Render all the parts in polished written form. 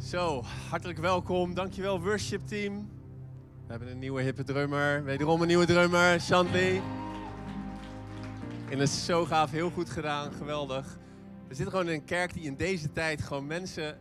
Zo, hartelijk welkom. Dankjewel worship team. We hebben een nieuwe hippe drummer. Wederom een nieuwe drummer, Chantley. En dat is zo gaaf, heel goed gedaan, geweldig. We zitten gewoon in een kerk die in deze tijd gewoon mensen...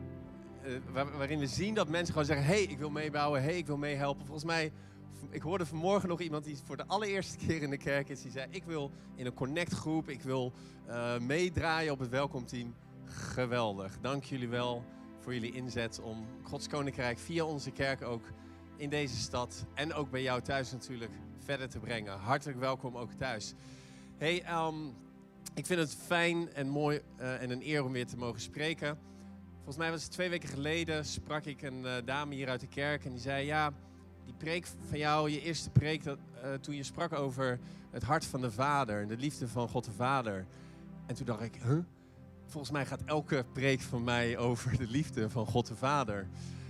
waarin we zien dat mensen gewoon zeggen... hey, ik wil meebouwen, hey, ik wil meehelpen. Volgens mij, ik hoorde vanmorgen nog iemand die voor de allereerste keer in de kerk is. Die zei, ik wil in een connectgroep, ik wil meedraaien op het welkomteam. Geweldig, dank jullie wel voor jullie inzet om Gods Koninkrijk via onze kerk ook in deze stad en ook bij jou thuis natuurlijk verder te brengen. Hartelijk welkom ook thuis. Hey, ik vind het fijn en mooi en een eer om weer te mogen spreken. Volgens mij was het 2 weken geleden sprak ik een dame hier uit de kerk en die zei, ja, die preek van jou, je eerste preek, toen je sprak over het hart van de Vader, de liefde van God de Vader. En toen dacht ik, huh? Volgens mij gaat elke preek van mij over de liefde van God de Vader.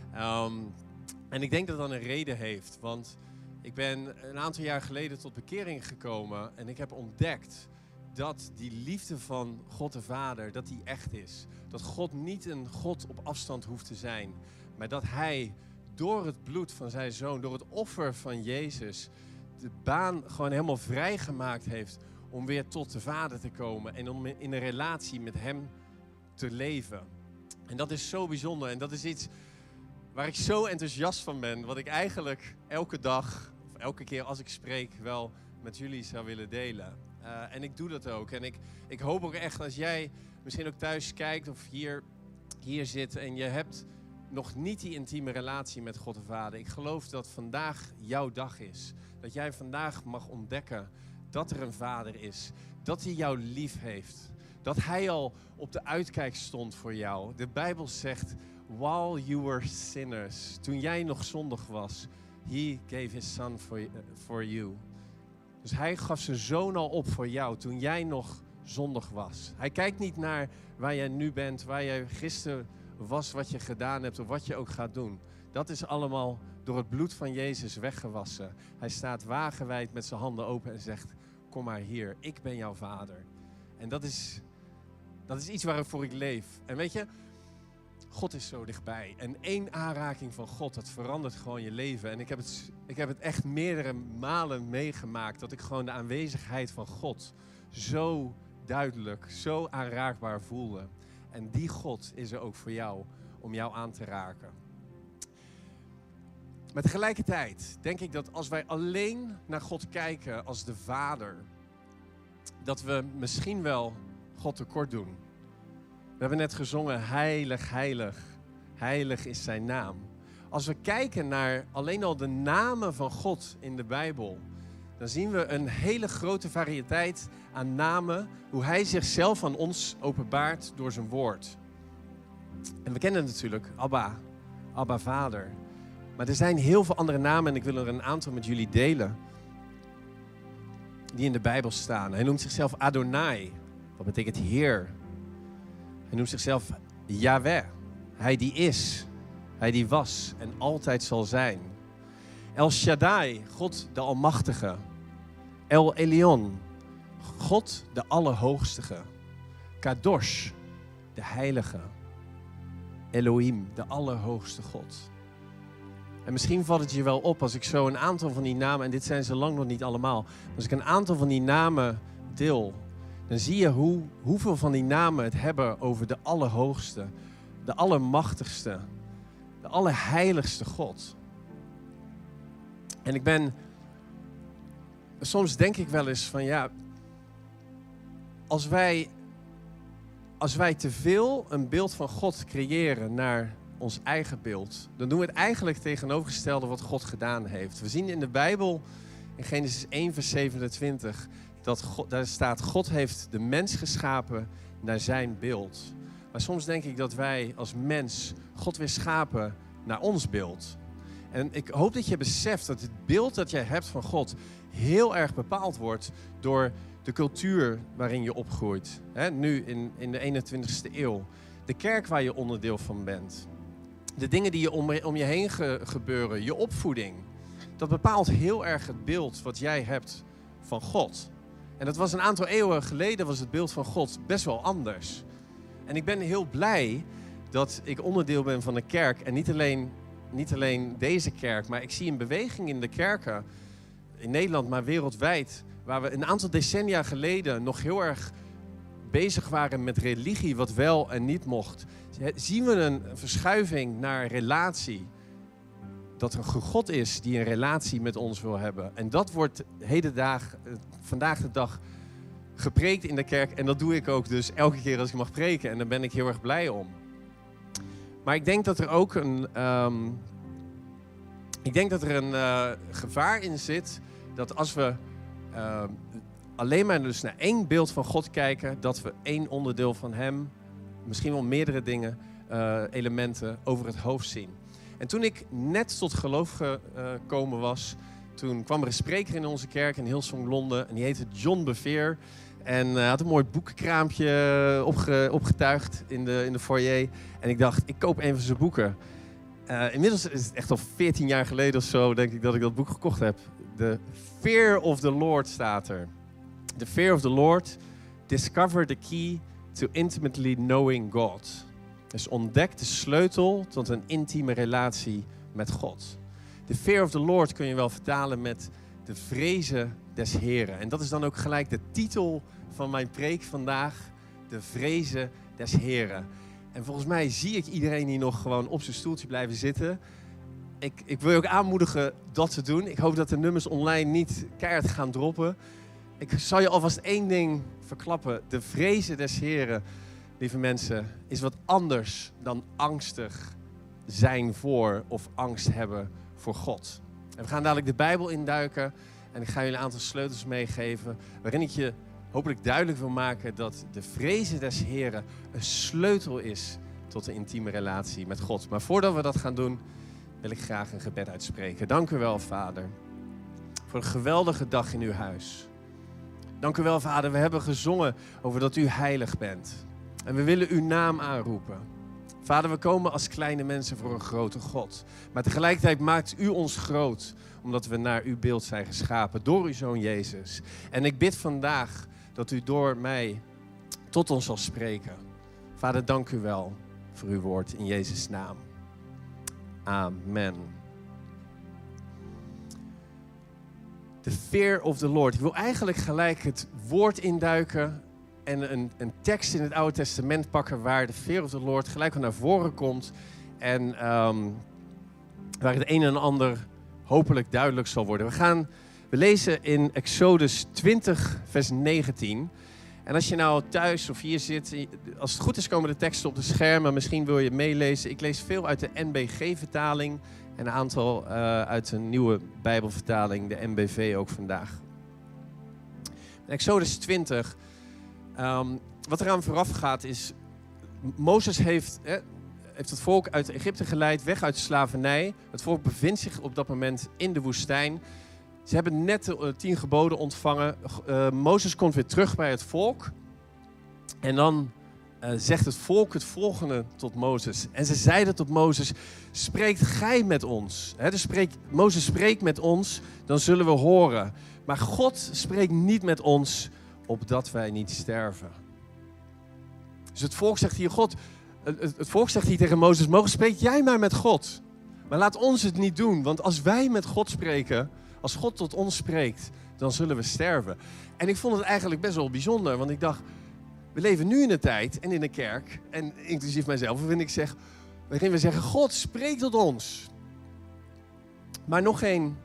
En ik denk dat dat een reden heeft. Want ik ben een aantal jaar geleden tot bekering gekomen. En ik heb ontdekt dat die liefde van God de Vader, dat die echt is. Dat God niet een God op afstand hoeft te zijn. Maar dat Hij door het bloed van zijn Zoon, door het offer van Jezus, de baan gewoon helemaal vrijgemaakt heeft om weer tot de Vader te komen en om in een relatie met Hem te leven. En dat is zo bijzonder en dat is iets waar ik zo enthousiast van ben. Wat ik eigenlijk elke dag, of elke keer als ik spreek, wel met jullie zou willen delen. En ik doe dat ook. En ik hoop ook echt als jij misschien ook thuis kijkt of hier zit en je hebt nog niet die intieme relatie met God de Vader. Ik geloof dat vandaag jouw dag is. Dat jij vandaag mag ontdekken dat er een Vader is. Dat Hij jou lief heeft. Dat Hij al op de uitkijk stond voor jou. De Bijbel zegt, while you were sinners, toen jij nog zondig was, He gave His Son for you. Dus Hij gaf zijn Zoon al op voor jou toen jij nog zondig was. Hij kijkt niet naar waar jij nu bent, waar jij gisteren was, wat je gedaan hebt of wat je ook gaat doen. Dat is allemaal door het bloed van Jezus weggewassen. Hij staat wagenwijd met zijn handen open en zegt, kom maar hier, ik ben jouw Vader. En dat is iets waarvoor ik leef. En weet je, God is zo dichtbij. En 1 aanraking van God, dat verandert gewoon je leven. En ik heb het echt meerdere malen meegemaakt, dat ik gewoon de aanwezigheid van God zo duidelijk, zo aanraakbaar voelde. En die God is er ook voor jou, om jou aan te raken. Maar tegelijkertijd denk ik dat als wij alleen naar God kijken als de Vader, dat we misschien wel God tekort doen. We hebben net gezongen, heilig, heilig, heilig is zijn naam. Als we kijken naar alleen al de namen van God in de Bijbel, dan zien we een hele grote variëteit aan namen, hoe Hij zichzelf aan ons openbaart door zijn woord. En we kennen natuurlijk Abba, Abba Vader. Maar er zijn heel veel andere namen en ik wil er een aantal met jullie delen die in de Bijbel staan. Hij noemt zichzelf Adonai, wat betekent Heer. Hij noemt zichzelf Yahweh, Hij die is, Hij die was en altijd zal zijn. El Shaddai, God de Almachtige. El Elyon, God de Allerhoogste. Kadosh, de Heilige. Elohim, de Allerhoogste God. En misschien valt het je wel op als ik zo een aantal van die namen, en dit zijn ze lang nog niet allemaal, als ik een aantal van die namen deel, dan zie je hoeveel van die namen het hebben over de Allerhoogste, de Allermachtigste, de Allerheiligste God. En soms denk ik wel eens van ja, als wij te veel een beeld van God creëren naar ons eigen beeld, dan doen we het eigenlijk tegenovergestelde wat God gedaan heeft. We zien in de Bijbel, in Genesis 1 vers 27, daar staat, God heeft de mens geschapen naar zijn beeld. Maar soms denk ik dat wij als mens God weer schapen naar ons beeld. En ik hoop dat je beseft dat het beeld dat jij hebt van God heel erg bepaald wordt door de cultuur waarin je opgroeit. Nu in de 21ste eeuw. De kerk waar je onderdeel van bent. De dingen die om je heen gebeuren. Je opvoeding. Dat bepaalt heel erg het beeld wat jij hebt van God. En dat was een aantal eeuwen geleden was het beeld van God best wel anders. En ik ben heel blij dat ik onderdeel ben van een kerk. En niet alleen deze kerk, maar ik zie een beweging in de kerken in Nederland, maar wereldwijd, waar we een aantal decennia geleden nog heel erg bezig waren met religie, wat wel en niet mocht. Zien we een verschuiving naar relatie. Dat er een God is die een relatie met ons wil hebben. En dat wordt vandaag de dag gepreekt in de kerk. En dat doe ik ook dus elke keer als ik mag preken. En daar ben ik heel erg blij om. Maar ik denk dat er ook een gevaar in zit. Dat als we alleen maar dus naar één beeld van God kijken. Dat we één onderdeel van hem, misschien wel meerdere dingen, elementen over het hoofd zien. En toen ik net tot geloof gekomen was, toen kwam er een spreker in onze kerk in Hillsong Londen. En die heette John Bevere. En hij had een mooi boekenkraampje opgetuigd in de foyer. En ik dacht, ik koop een van zijn boeken. Inmiddels is het echt al 14 jaar geleden of zo, denk ik, dat ik dat boek gekocht heb. The Fear of the Lord staat er. The Fear of the Lord, Discover the Key to Intimately Knowing God. Dus ontdek de sleutel tot een intieme relatie met God. The Fear of the Lord kun je wel vertalen met de vrezen des Heren. En dat is dan ook gelijk de titel van mijn preek vandaag. De vrezen des Heren. En volgens mij zie ik iedereen hier nog gewoon op zijn stoeltje blijven zitten. Ik wil je ook aanmoedigen dat te doen. Ik hoop dat de nummers online niet keihard gaan droppen. Ik zal je alvast één ding verklappen. De vrezen des Heren, lieve mensen, is wat anders dan angstig zijn voor of angst hebben voor God. En we gaan dadelijk de Bijbel induiken en ik ga jullie een aantal sleutels meegeven waarin ik je hopelijk duidelijk wil maken dat de vrezen des Heren een sleutel is tot een intieme relatie met God. Maar voordat we dat gaan doen, wil ik graag een gebed uitspreken. Dank u wel, Vader, voor een geweldige dag in uw huis. Dank u wel, Vader, we hebben gezongen over dat u heilig bent. En we willen uw naam aanroepen. Vader, we komen als kleine mensen voor een grote God. Maar tegelijkertijd maakt u ons groot, omdat we naar uw beeld zijn geschapen, door uw Zoon Jezus. En ik bid vandaag dat u door mij tot ons zal spreken. Vader, dank u wel voor uw woord in Jezus' naam. Amen. The fear of the Lord. Ik wil eigenlijk gelijk het woord induiken en een tekst in het Oude Testament pakken waar de fear of the Lord gelijk al naar voren komt. En waar het een en ander hopelijk duidelijk zal worden. We lezen in Exodus 20 vers 19. En als je nou thuis of hier zit, als het goed is komen de teksten op de schermen. Misschien wil je meelezen. Ik lees veel uit de NBG-vertaling en een aantal uit een nieuwe Bijbelvertaling, de NBV ook vandaag. Exodus 20, wat eraan vooraf gaat is, Mozes heeft het volk uit Egypte geleid, weg uit de slavernij. Het volk bevindt zich op dat moment in de woestijn. Ze hebben net de 10 geboden ontvangen. Mozes komt weer terug bij het volk. En dan zegt het volk het volgende tot Mozes. En ze zeiden tot Mozes, spreekt gij met ons? Dus Mozes spreekt met ons, dan zullen we horen. Maar God spreekt niet met ons, opdat wij niet sterven. Dus het volk zegt hier, het volk zegt hier tegen Mozes, spreek jij maar met God. Maar laat ons het niet doen, want als wij met God spreken, als God tot ons spreekt, dan zullen we sterven. En ik vond het eigenlijk best wel bijzonder, want ik dacht, we leven nu in een tijd en in een kerk, en inclusief mijzelf, waarin we zeggen, God, spreek tot ons. Maar nog geen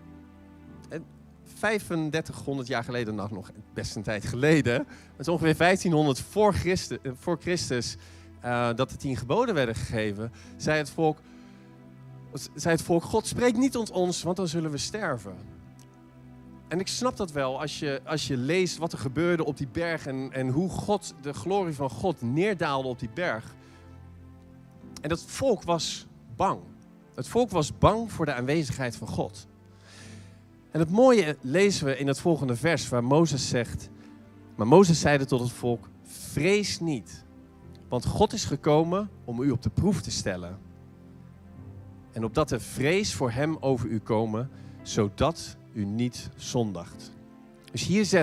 3500 jaar geleden, nog best een tijd geleden, het is ongeveer 1500 voor Christus dat de 10 geboden werden gegeven, zei het volk, God, spreek niet tot ons, want dan zullen we sterven. En ik snap dat wel als je leest wat er gebeurde op die berg en hoe de glorie van God neerdaalde op die berg. En dat volk was bang. Het volk was bang voor de aanwezigheid van God. En het mooie lezen we in het volgende vers waar Mozes zegt, maar Mozes zeide tot het volk, vrees niet, want God is gekomen om u op de proef te stellen. En opdat de vrees voor hem over u komen, zodat u niet zondigt. Dus hier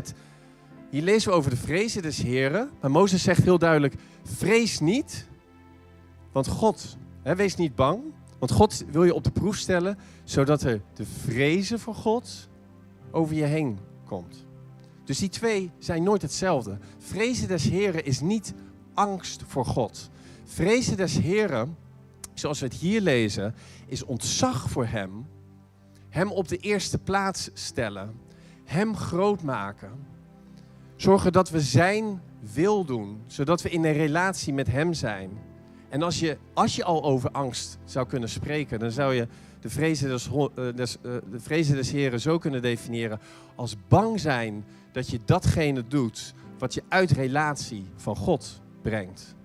lezen we over de vrezen des Heren. Maar Mozes zegt heel duidelijk, vrees niet, Want God, wees niet bang. Want God wil je op de proef stellen, zodat er de vrezen voor God over je heen komt. Dus die twee zijn nooit hetzelfde. Vrezen des Heren is niet angst voor God. Vrezen des Heren, zoals we het hier lezen, is ontzag voor Hem. Hem op de eerste plaats stellen. Hem groot maken. Zorgen dat we zijn wil doen, zodat we in een relatie met Hem zijn. En als je al over angst zou kunnen spreken, dan zou je de vrezen des Heren zo kunnen definiëren als bang zijn dat je datgene doet wat je uit relatie van God brengt.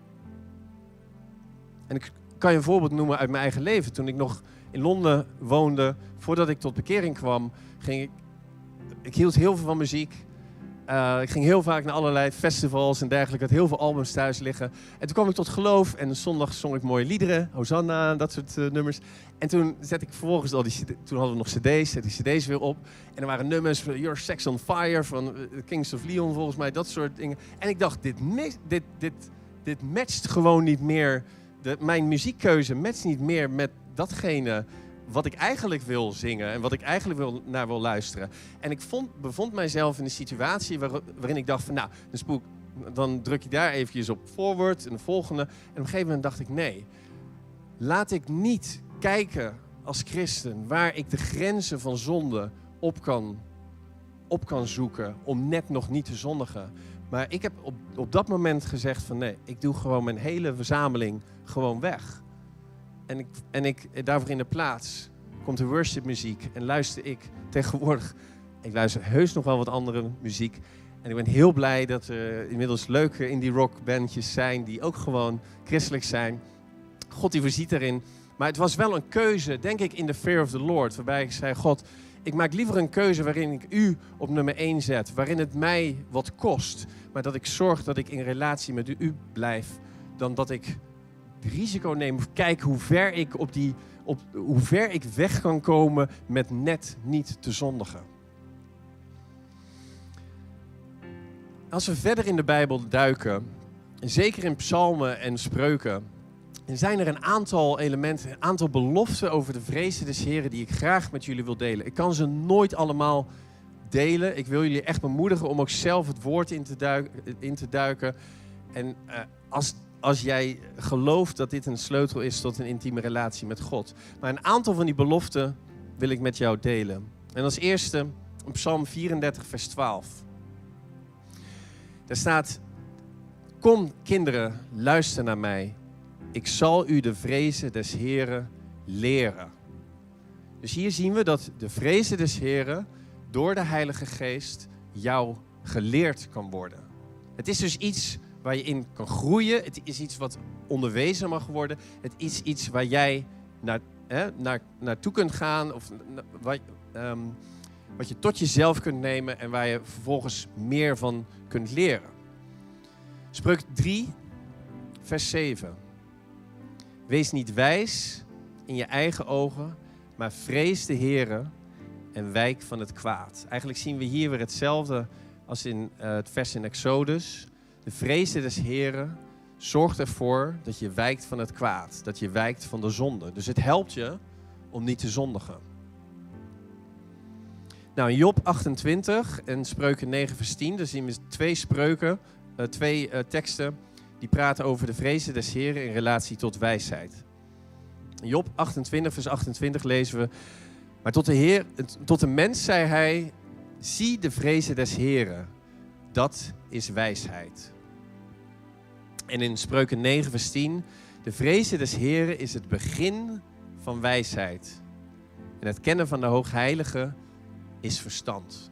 En ik kan je een voorbeeld noemen uit mijn eigen leven. Toen ik nog in Londen woonde, voordat ik tot bekering kwam, ik hield heel veel van muziek. Ik ging heel vaak naar allerlei festivals en dergelijke. Ik had heel veel albums thuis liggen. En toen kwam ik tot geloof en een zondag zong ik mooie liederen. Hosanna, dat soort nummers. En toen zette ik vervolgens toen hadden we nog cd's, zette ik cd's weer op. En er waren nummers van Your Sex on Fire van Kings of Leon volgens mij, dat soort dingen. En ik dacht, dit matcht gewoon niet meer. Mijn muziekkeuze matcht niet meer met datgene wat ik eigenlijk wil zingen en wat ik eigenlijk naar wil luisteren. En ik bevond mijzelf in een situatie waarin ik dacht van nou, dan druk je daar eventjes op forward en de volgende. En op een gegeven moment dacht ik nee, laat ik niet kijken als christen waar ik de grenzen van zonde op kan zoeken om net nog niet te zondigen. Maar ik heb op dat moment gezegd van nee, ik doe gewoon mijn hele verzameling gewoon weg. En ik daarvoor in de plaats komt de worshipmuziek en luister ik tegenwoordig. Ik luister heus nog wel wat andere muziek. En ik ben heel blij dat er inmiddels leuke indie rock bandjes zijn die ook gewoon christelijk zijn. God die voorziet erin. Maar het was wel een keuze, denk ik, in the fear of the Lord. Waarbij ik zei, God, ik maak liever een keuze waarin ik u op nummer 1 zet. Waarin het mij wat kost. Maar dat ik zorg dat ik in relatie met u blijf. Dan dat ik risico neem of kijk hoe ver ik weg kan komen met net niet te zondigen. Als we verder in de Bijbel duiken, zeker in psalmen en spreuken, dan zijn er een aantal elementen, een aantal beloften over de vrezen des Heren die ik graag met jullie wil delen. Ik kan ze nooit allemaal delen. Ik wil jullie echt bemoedigen om ook zelf het woord in te duiken. En als jij gelooft dat dit een sleutel is tot een intieme relatie met God. Maar een aantal van die beloften wil ik met jou delen. En als eerste Psalm 34 vers 12. Daar staat: Kom kinderen, luister naar mij. Ik zal u de vrezen des Heren leren. Dus hier zien we dat de vrezen des Heren door de Heilige Geest jou geleerd kan worden. Het is dus iets waar je in kan groeien. Het is iets wat onderwezen mag worden. Het is iets waar jij naartoe kunt gaan. Of wat je tot jezelf kunt nemen en waar je vervolgens meer van kunt leren. Spreuk 3, vers 7. Wees niet wijs in je eigen ogen, maar vrees de Heere en wijk van het kwaad. Eigenlijk zien we hier weer hetzelfde als in het vers in Exodus. De vrezen des Heren zorgt ervoor dat je wijkt van het kwaad. Dat je wijkt van de zonde. Dus het helpt je om niet te zondigen. Nou, in Job 28 en Spreuken 9 vers 10, daar zien we twee teksten die praten over de vrezen des Heren in relatie tot wijsheid. In Job 28 vers 28 lezen we: Maar tot de mens zei hij, zie de vrezen des Heren, dat is wijsheid. En in Spreuken 9 vers 10, de vrezen des Heren is het begin van wijsheid. En het kennen van de Hoogheilige is verstand.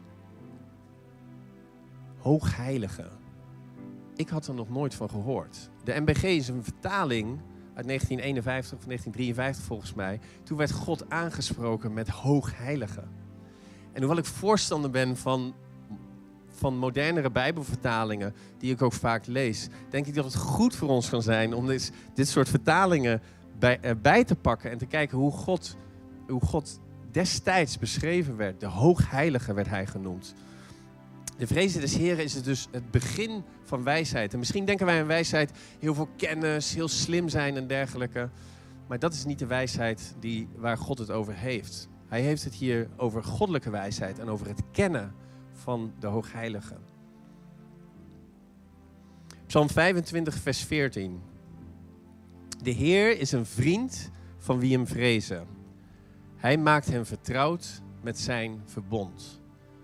Hoogheilige. Ik had er nog nooit van gehoord. De NBG is een vertaling uit 1951 of 1953 volgens mij. Toen werd God aangesproken met Hoogheilige. En hoewel ik voorstander ben van modernere Bijbelvertalingen, die ik ook vaak lees, denk ik dat het goed voor ons kan zijn om dit soort vertalingen bij te pakken en te kijken hoe God destijds beschreven werd. De Hoogheilige werd hij genoemd. De vrezen des Heren is dus het begin van wijsheid. En misschien denken wij aan wijsheid heel veel kennis, heel slim zijn en dergelijke. Maar dat is niet de wijsheid waar God het over heeft. Hij heeft het hier over goddelijke wijsheid en over het kennen van de Hoogheilige. Psalm 25, vers 14. De Heer is een vriend van wie hem vrezen. Hij maakt hen vertrouwd met zijn verbond.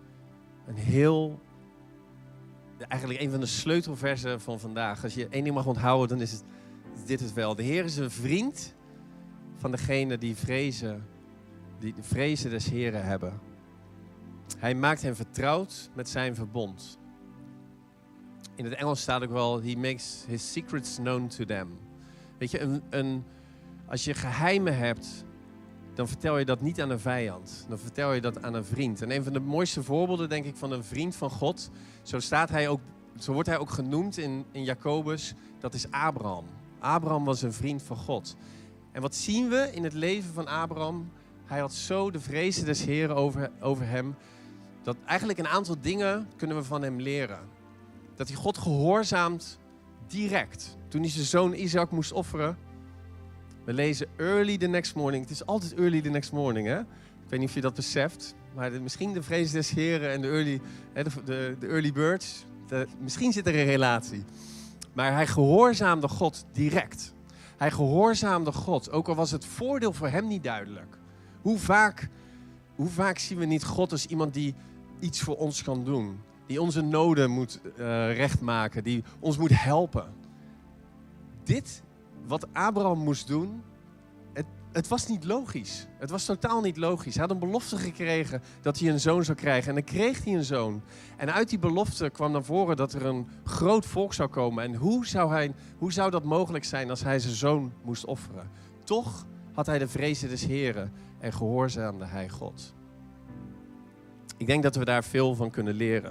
Eigenlijk een van de sleutelversen van vandaag. Als je één ding mag onthouden, dan is dit het wel. De Heer is een vriend van degenen die de vrezen des Heren hebben. Hij maakt hen vertrouwd met zijn verbond. In het Engels staat ook wel, he makes his secrets known to them. Weet je, als je geheimen hebt, dan vertel je dat niet aan een vijand. Dan vertel je dat aan een vriend. En een van de mooiste voorbeelden, denk ik, van een vriend van God, zo wordt hij ook genoemd in Jacobus, dat is Abraham. Abraham was een vriend van God. En wat zien we in het leven van Abraham? Hij had zo de vrezen des Heren over hem, dat eigenlijk een aantal dingen kunnen we van hem leren. Dat hij God gehoorzaamt direct. Toen hij zijn zoon Isaac moest offeren. We lezen early the next morning. Het is altijd early the next morning, hè? Ik weet niet of je dat beseft. Maar misschien de vrees des Heren en de early birds. Misschien zit er een relatie. Maar hij gehoorzaamde God direct. Hij gehoorzaamde God, ook al was het voordeel voor hem niet duidelijk. Hoe vaak zien we niet God als iemand die iets voor ons kan doen? Die onze noden moet rechtmaken, die ons moet helpen. Dit, wat Abraham moest doen, het was niet logisch. Het was totaal niet logisch. Hij had een belofte gekregen dat hij een zoon zou krijgen. En dan kreeg hij een zoon. En uit die belofte kwam naar voren dat er een groot volk zou komen. En hoe zou dat mogelijk zijn als hij zijn zoon moest offeren? Toch had hij de vrezen des Heren en gehoorzaamde hij God. Ik denk dat we daar veel van kunnen leren.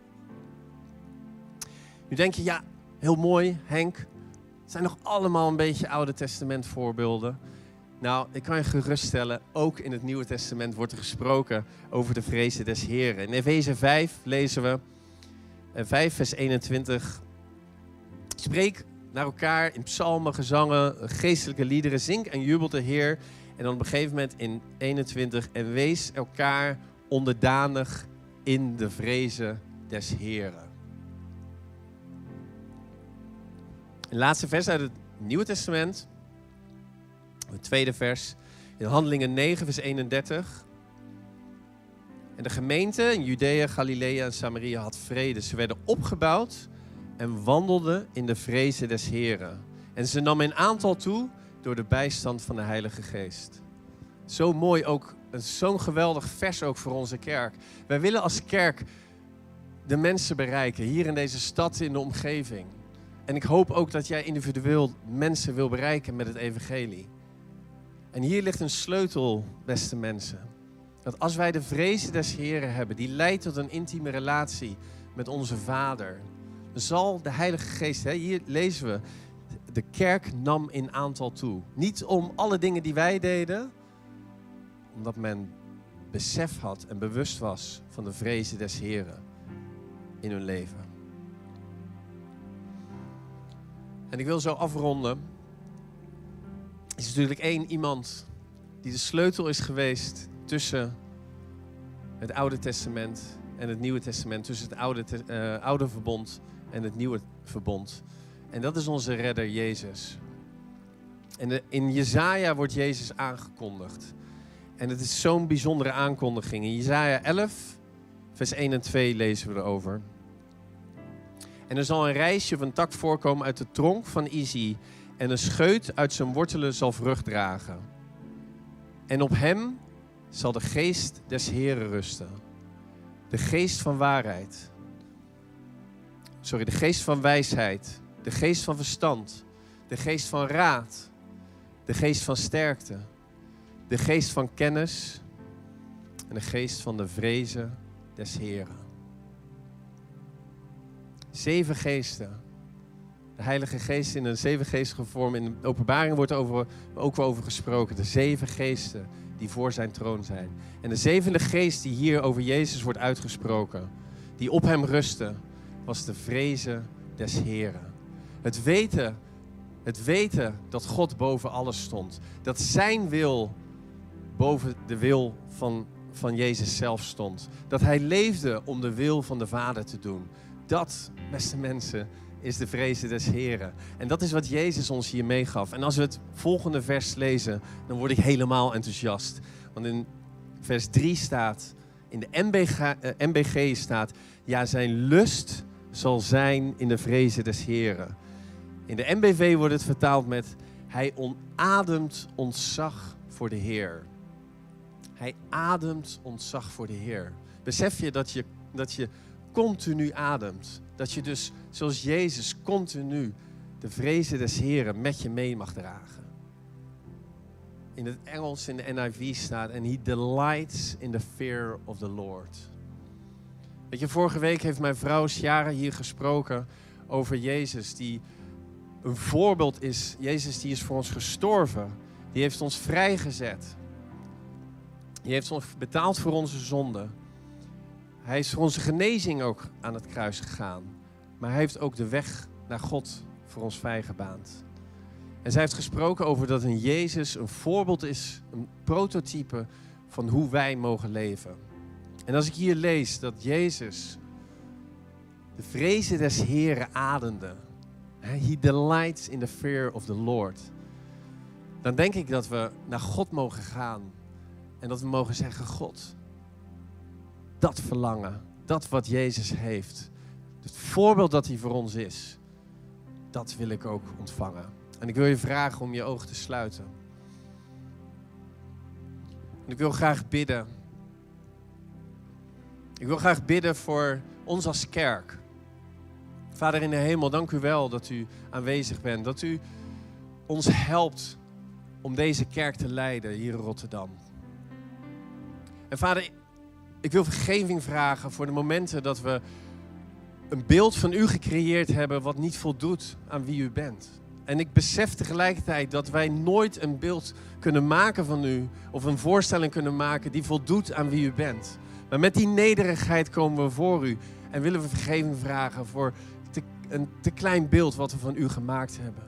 Nu denk je, ja, heel mooi, Henk. Het zijn nog allemaal een beetje Oude Testament voorbeelden. Nou, ik kan je geruststellen, ook in het Nieuwe Testament wordt er gesproken over de vrezen des Heren. In Efeze 5 lezen we, 5 vers 21. Spreek naar elkaar in psalmen, gezangen, geestelijke liederen, zing en jubel de Heer. En dan op een gegeven moment in 21, en wees elkaar onderdanig in de vrezen des Heren. Het laatste vers uit het Nieuwe Testament, het tweede vers, in Handelingen 9 vers 31. En de gemeente in Judea, Galilea en Samaria had vrede. Ze werden opgebouwd en wandelden in de vrezen des Heren. En ze nam in aantal toe door de bijstand van de Heilige Geest. Zo mooi ook, zo'n geweldig vers ook voor onze kerk. Wij willen als kerk de mensen bereiken, hier in deze stad, in de omgeving. En ik hoop ook dat jij individueel mensen wil bereiken met het evangelie. En hier ligt een sleutel, beste mensen. Dat als wij de vrezen des Heren hebben, die leidt tot een intieme relatie met onze Vader. Dan zal de Heilige Geest, hier lezen we, de kerk nam in aantal toe. Niet om alle dingen die wij deden, omdat men besef had en bewust was van de vrezen des Heren in hun leven. En ik wil zo afronden. Er is natuurlijk één iemand die de sleutel is geweest tussen het Oude Testament en het Nieuwe Testament. Tussen het oude verbond en het Nieuwe verbond. En dat is onze redder Jezus. En in Jesaja wordt Jezus aangekondigd. En het is zo'n bijzondere aankondiging. In Jesaja 11, vers 1 en 2 lezen we erover. En er zal een rijsje of een tak voorkomen uit de tronk van Isi. En een scheut uit zijn wortelen zal vrucht dragen. En op hem zal de geest des Heren rusten. De geest van waarheid. De geest van wijsheid. De geest van verstand. De geest van raad. De geest van sterkte. De geest van kennis. En de geest van de vrezen des Heren. 7 geesten. De Heilige Geest in een 7-geestige vorm. In de Openbaring wordt er ook wel over gesproken. De 7 geesten die voor zijn troon zijn. En de 7e geest die hier over Jezus wordt uitgesproken. die op hem rustte, was de vrezen des Heren. Het weten dat God boven alles stond. Dat zijn wil boven de wil van Jezus zelf stond. Dat hij leefde om de wil van de Vader te doen. Dat, beste mensen, is de vrezen des Heren. En dat is wat Jezus ons hier meegaf. En als we het volgende vers lezen, dan word ik helemaal enthousiast. Want in vers 3 staat, in de MBG staat, ja, zijn lust zal zijn in de vrezen des Heren. In de MBV wordt het vertaald met, hij onademt ontzag voor de Heer. Hij ademt ontzag voor de Heer. Besef je dat je continu ademt. Dat je dus, zoals Jezus, continu de vrezen des Heren met je mee mag dragen. In het Engels, in de NIV staat, and he delights in the fear of the Lord. Weet je, vorige week heeft mijn vrouw Sjara hier gesproken over Jezus, die een voorbeeld is. Jezus die is voor ons gestorven. Die heeft ons vrijgezet. Die heeft ons betaald voor onze zonden. Hij is voor onze genezing ook aan het kruis gegaan. Maar hij heeft ook de weg naar God voor ons vrijgebaand. En zij heeft gesproken over dat een Jezus een voorbeeld is, een prototype van hoe wij mogen leven. En als ik hier lees dat Jezus de vrezen des Heren ademde. He delights in the fear of the Lord. Dan denk ik dat we naar God mogen gaan. En dat we mogen zeggen, God, dat verlangen, dat wat Jezus heeft, het voorbeeld dat hij voor ons is, dat wil ik ook ontvangen. En ik wil je vragen om je ogen te sluiten. En ik wil graag bidden. Ik wil graag bidden voor ons als kerk. Vader in de hemel, dank u wel dat u aanwezig bent. Dat u ons helpt om deze kerk te leiden hier in Rotterdam. En Vader, ik wil vergeving vragen voor de momenten dat we een beeld van u gecreëerd hebben wat niet voldoet aan wie u bent. En ik besef tegelijkertijd dat wij nooit een beeld kunnen maken van u of een voorstelling kunnen maken die voldoet aan wie u bent. Maar met die nederigheid komen we voor u en willen we vergeving vragen voor een te klein beeld wat we van u gemaakt hebben.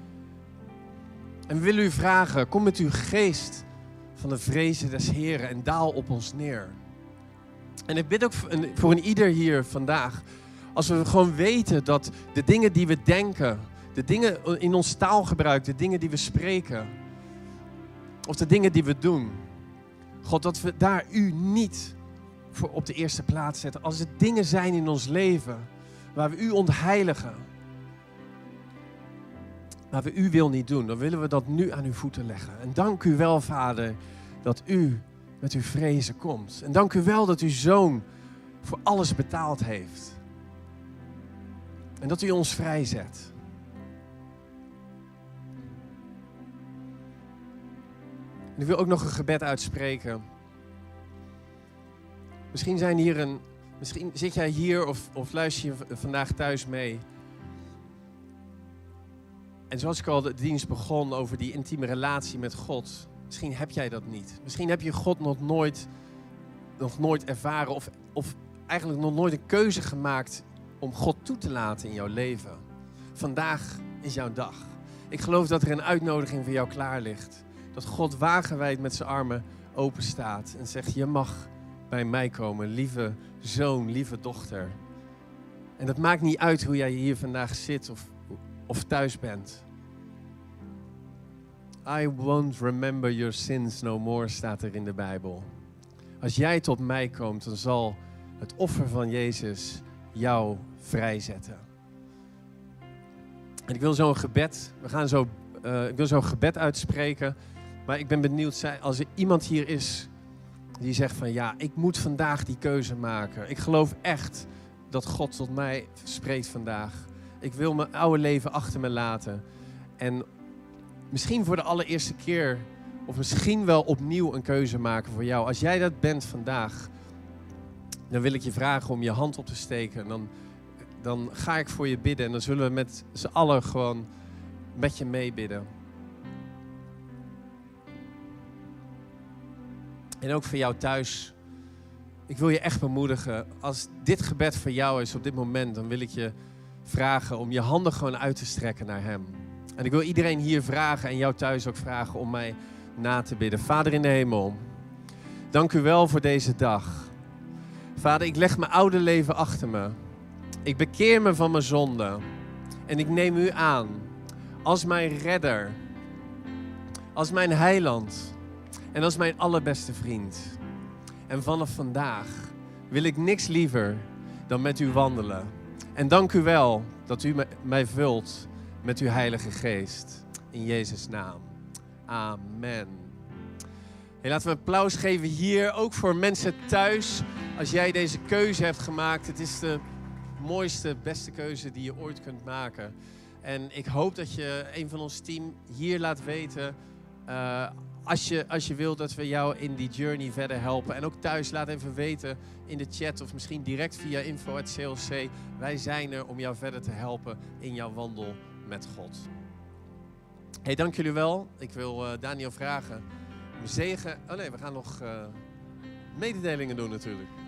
En we willen u vragen, kom met uw geest van de vrezen des Heren en daal op ons neer. En ik bid ook voor een ieder hier vandaag, als we gewoon weten dat de dingen die we denken, de dingen in ons taalgebruik, de dingen die we spreken, of de dingen die we doen, God, dat we daar u niet voor op de eerste plaats zetten. Als er dingen zijn in ons leven waar we u ontheiligen, waar we uw wil niet doen, dan willen we dat nu aan uw voeten leggen. En dank u wel, Vader, dat u met uw vrezen komt. En dank u wel dat uw Zoon voor alles betaald heeft. En dat u ons vrijzet. En ik wil ook nog een gebed uitspreken. Misschien zit jij hier of luister je vandaag thuis mee. En zoals ik al de dienst begon over die intieme relatie met God. Misschien heb jij dat niet. Misschien heb je God nog nooit ervaren of eigenlijk nog nooit een keuze gemaakt om God toe te laten in jouw leven. Vandaag is jouw dag. Ik geloof dat er een uitnodiging voor jou klaar ligt. Dat God wagenwijd met zijn armen open staat en zegt, je mag bij mij komen, lieve zoon, lieve dochter. En dat maakt niet uit hoe jij hier vandaag zit of thuis bent. I won't remember your sins no more, staat er in de Bijbel. Als jij tot mij komt, dan zal het offer van Jezus jou vrijzetten. En ik wil zo'n gebed, ik wil zo'n gebed uitspreken. Maar ik ben benieuwd, als er iemand hier is die zegt van ja, ik moet vandaag die keuze maken. Ik geloof echt dat God tot mij spreekt vandaag. Ik wil mijn oude leven achter me laten. En misschien voor de allereerste keer, of misschien wel opnieuw een keuze maken voor jou. Als jij dat bent vandaag, dan wil ik je vragen om je hand op te steken. Dan ga ik voor je bidden en dan zullen we met z'n allen gewoon met je meebidden. En ook voor jou thuis. ik wil je echt bemoedigen. Als dit gebed voor jou is op dit moment, dan wil ik je vragen om je handen gewoon uit te strekken naar hem. En ik wil iedereen hier vragen en jou thuis ook vragen om mij na te bidden. Vader in de hemel, dank u wel voor deze dag. Vader, ik leg mijn oude leven achter me. Ik bekeer me van mijn zonde. En ik neem u aan als mijn redder, als mijn heiland en als mijn allerbeste vriend. En vanaf vandaag wil ik niks liever dan met u wandelen. En dank u wel dat u mij vult met uw Heilige Geest. In Jezus' naam. Amen. Hey, laten we een applaus geven hier, ook voor mensen thuis. Als jij deze keuze hebt gemaakt, het is de mooiste, beste keuze die je ooit kunt maken. En ik hoop dat je een van ons team hier laat weten, als je wilt dat we jou in die journey verder helpen. En ook thuis, laat even weten in de chat of misschien direct via info@CLC. Wij zijn er om jou verder te helpen in jouw wandel met God. Hey, dank jullie wel. Ik wil Daniel vragen om zegen. Oh nee, we gaan nog mededelingen doen natuurlijk.